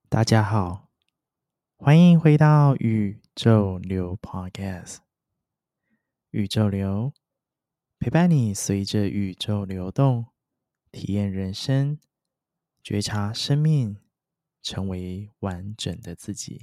大家好，欢迎回到宇宙流 Podcast。宇宙流陪伴你随着宇宙流动，体验人生，觉察生命，成为完整的自己。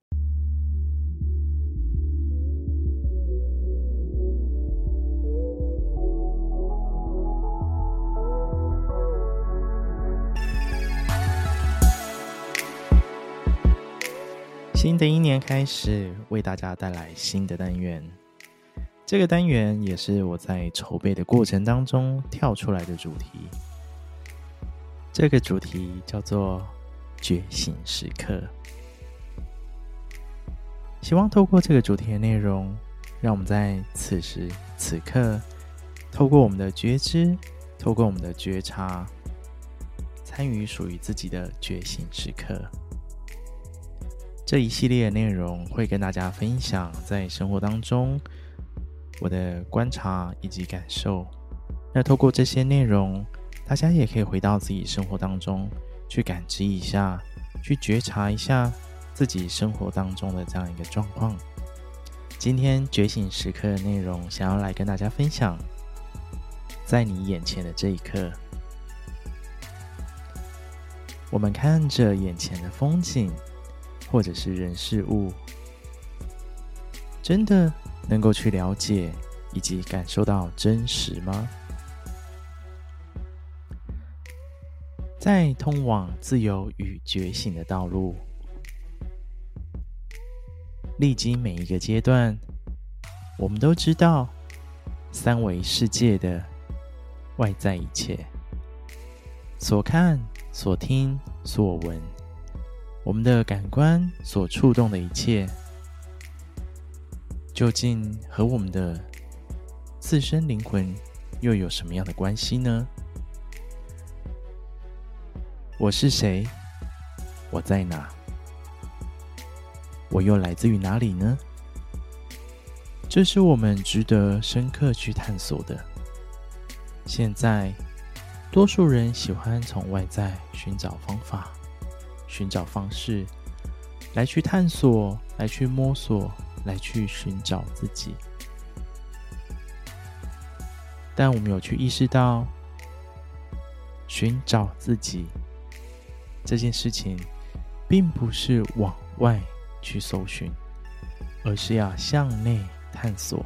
新的一年开始，为大家带来新的单元。这个单元也是我在筹备的过程当中跳出来的主题。这个主题叫做觉醒时刻。希望透过这个主题的内容，让我们在此时此刻，透过我们的觉知，透过我们的觉察，参与属于自己的觉醒时刻。这一系列的内容会跟大家分享在生活当中我的观察以及感受。那透过这些内容，大家也可以回到自己生活当中去感知一下，去觉察一下自己生活当中的这样一个状况。今天觉醒时刻的内容想要来跟大家分享，在你眼前的这一刻，我们看着眼前的风景或者是人事物，真的能够去了解以及感受到真实吗？在通往自由与觉醒的道路，历经每一个阶段，我们都知道三维世界的外在一切，所看、所听、所闻，我们的感官所触动的一切，究竟和我们的自身灵魂又有什么样的关系呢？我是谁？我在哪？我又来自于哪里呢？这是我们值得深刻去探索的。现在，多数人喜欢从外在寻找方法，寻找方式，来去探索，来去摸索，来去寻找自己。但我们有去意识到，寻找自己这件事情，并不是往外去搜寻，而是要向内探索。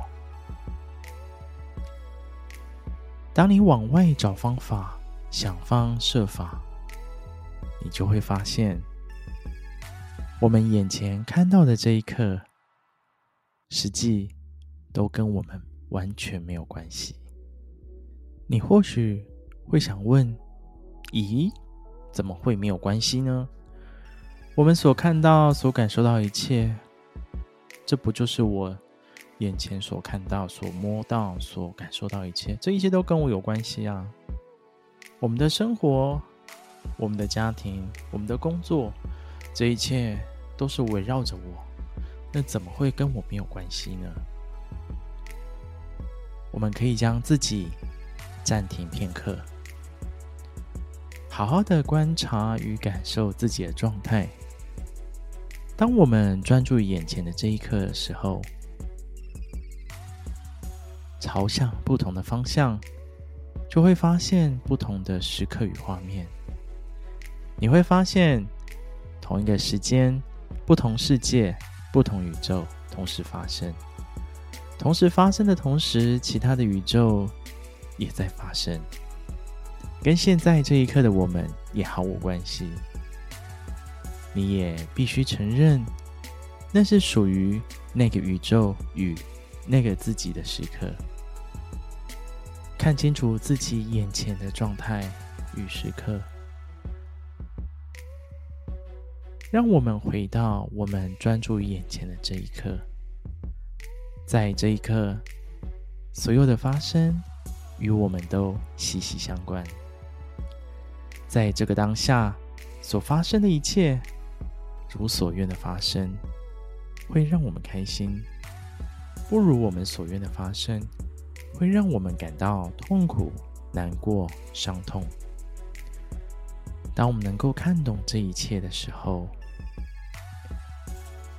当你往外找方法，想方设法，你就会发现，我们眼前看到的这一刻，实际都跟我们完全没有关系。你或许会想问，咦，怎么会没有关系呢？我们所看到、所感受到的一切，这不就是我眼前所看到、所摸到、所感受到的一切？这一切都跟我有关系啊！我们的生活、我们的家庭、我们的工作，这一切都是围绕着我，那怎么会跟我没有关系呢？我们可以将自己暂停片刻，好好的观察与感受自己的状态。当我们专注于眼前的这一刻的时候，朝向不同的方向，就会发现不同的时刻与画面。你会发现同一个时间，不同世界，不同宇宙同时发生。同时发生的同时，其他的宇宙也在发生，跟现在这一刻的我们也毫无关系。你也必须承认，那是属于那个宇宙与那个自己的时刻。看清楚自己眼前的状态与时刻，让我们回到我们专注于眼前的这一刻。在这一刻，所有的发生与我们都息息相关。在这个当下所发生的一切，如所愿的发生，会让我们开心；不如我们所愿的发生，会让我们感到痛苦、难过、伤痛。当我们能够看懂这一切的时候，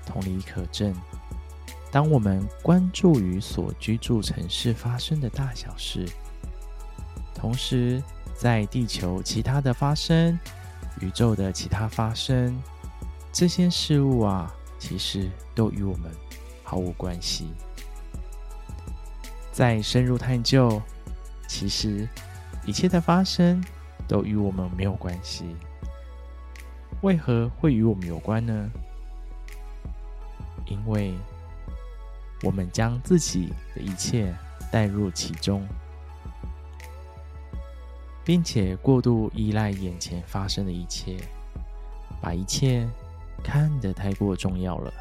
同理可证，当我们关注于所居住城市发生的大小事，同时在地球其他的发生、宇宙的其他发生，这些事物其实都与我们毫无关系。再深入探究，其实一切的发生都与我们没有关系。为何会与我们有关呢？因为我们将自己的一切带入其中，并且过度依赖眼前发生的一切，把一切看得太过重要了。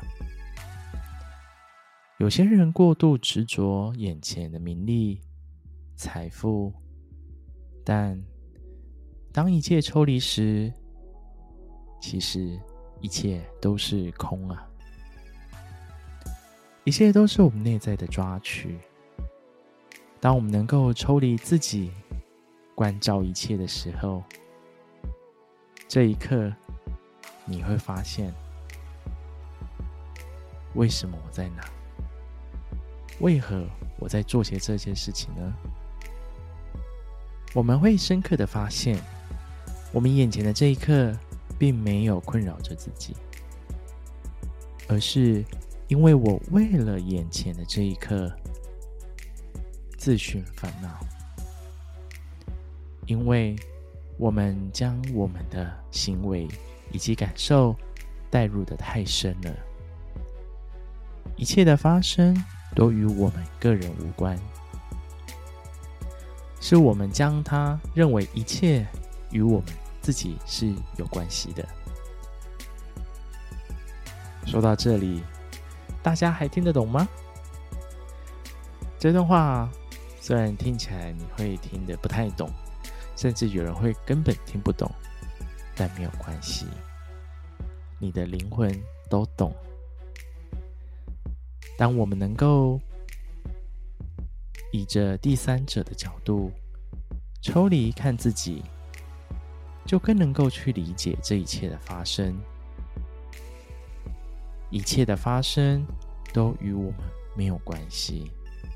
有些人过度执着眼前的名利、财富，但当一切抽离时，其实一切都是空一切都是我们内在的抓取。当我们能够抽离自己，关照一切的时候，这一刻你会发现，为什么我在哪？为何我在做些这些事情呢？我们会深刻的发现，我们眼前的这一刻并没有困扰着自己，而是因为我为了眼前的这一刻自寻烦恼，因为我们将我们的行为以及感受带入得太深了。一切的发生都与我们个人无关，是我们将它认为一切与我们自己是有关系的。说到这里，大家还听得懂吗？这段话虽然听起来你会听得不太懂，甚至有人会根本听不懂，但没有关系，你的灵魂都懂。当我们能够以着第三者的角度抽离看自己，就更能够去理解这一切的发生。一切的发生都与我们没有关系，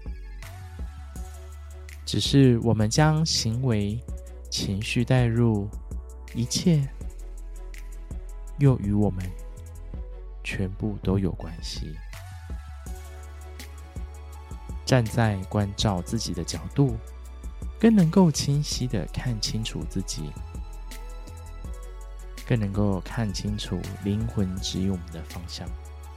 只是我们将行为、情绪带入，一切又与我们全部都有关系。站在关照自己的角度，更能够清晰地看清楚自己，更能够看清楚灵魂指引我们的方向。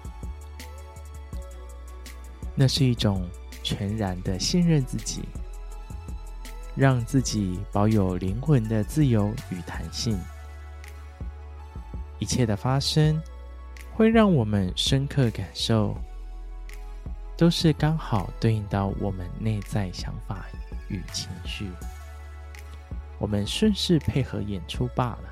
那是一种全然的信任自己，让自己保有灵魂的自由与弹性。一切的发生会让我们深刻感受，都是刚好对应到我们内在想法与情绪，我们顺势配合演出罢了。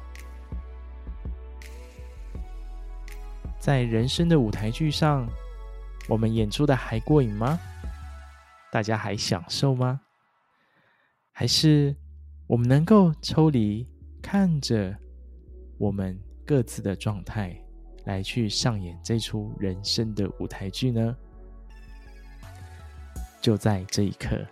在人生的舞台剧上，我们演出的还过瘾吗？大家还享受吗？还是我们能够抽离，看着我们各自的状态，来去上演这出人生的舞台剧呢？就在这一刻，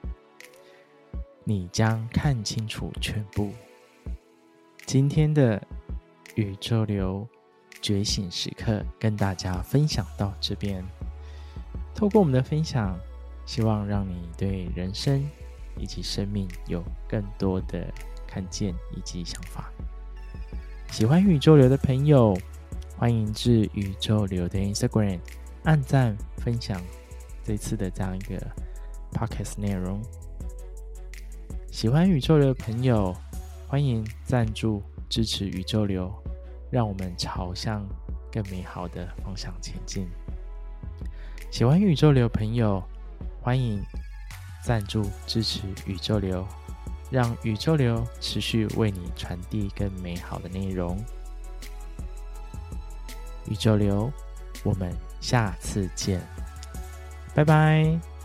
你将看清楚全部。今天的宇宙流觉醒时刻跟大家分享到这边。透过我们的分享，希望让你对人生以及生命有更多的看见以及想法。喜欢宇宙流的朋友，欢迎至宇宙流的 Instagram 按赞分享这次的这样一个 Podcast 内容。喜欢宇宙流的朋友，欢迎赞助支持宇宙流，让我们朝向更美好的方向前进。喜欢宇宙流的朋友，欢迎赞助支持宇宙流，让宇宙流持续为你传递更美好的内容。宇宙流，我们下次见，拜拜。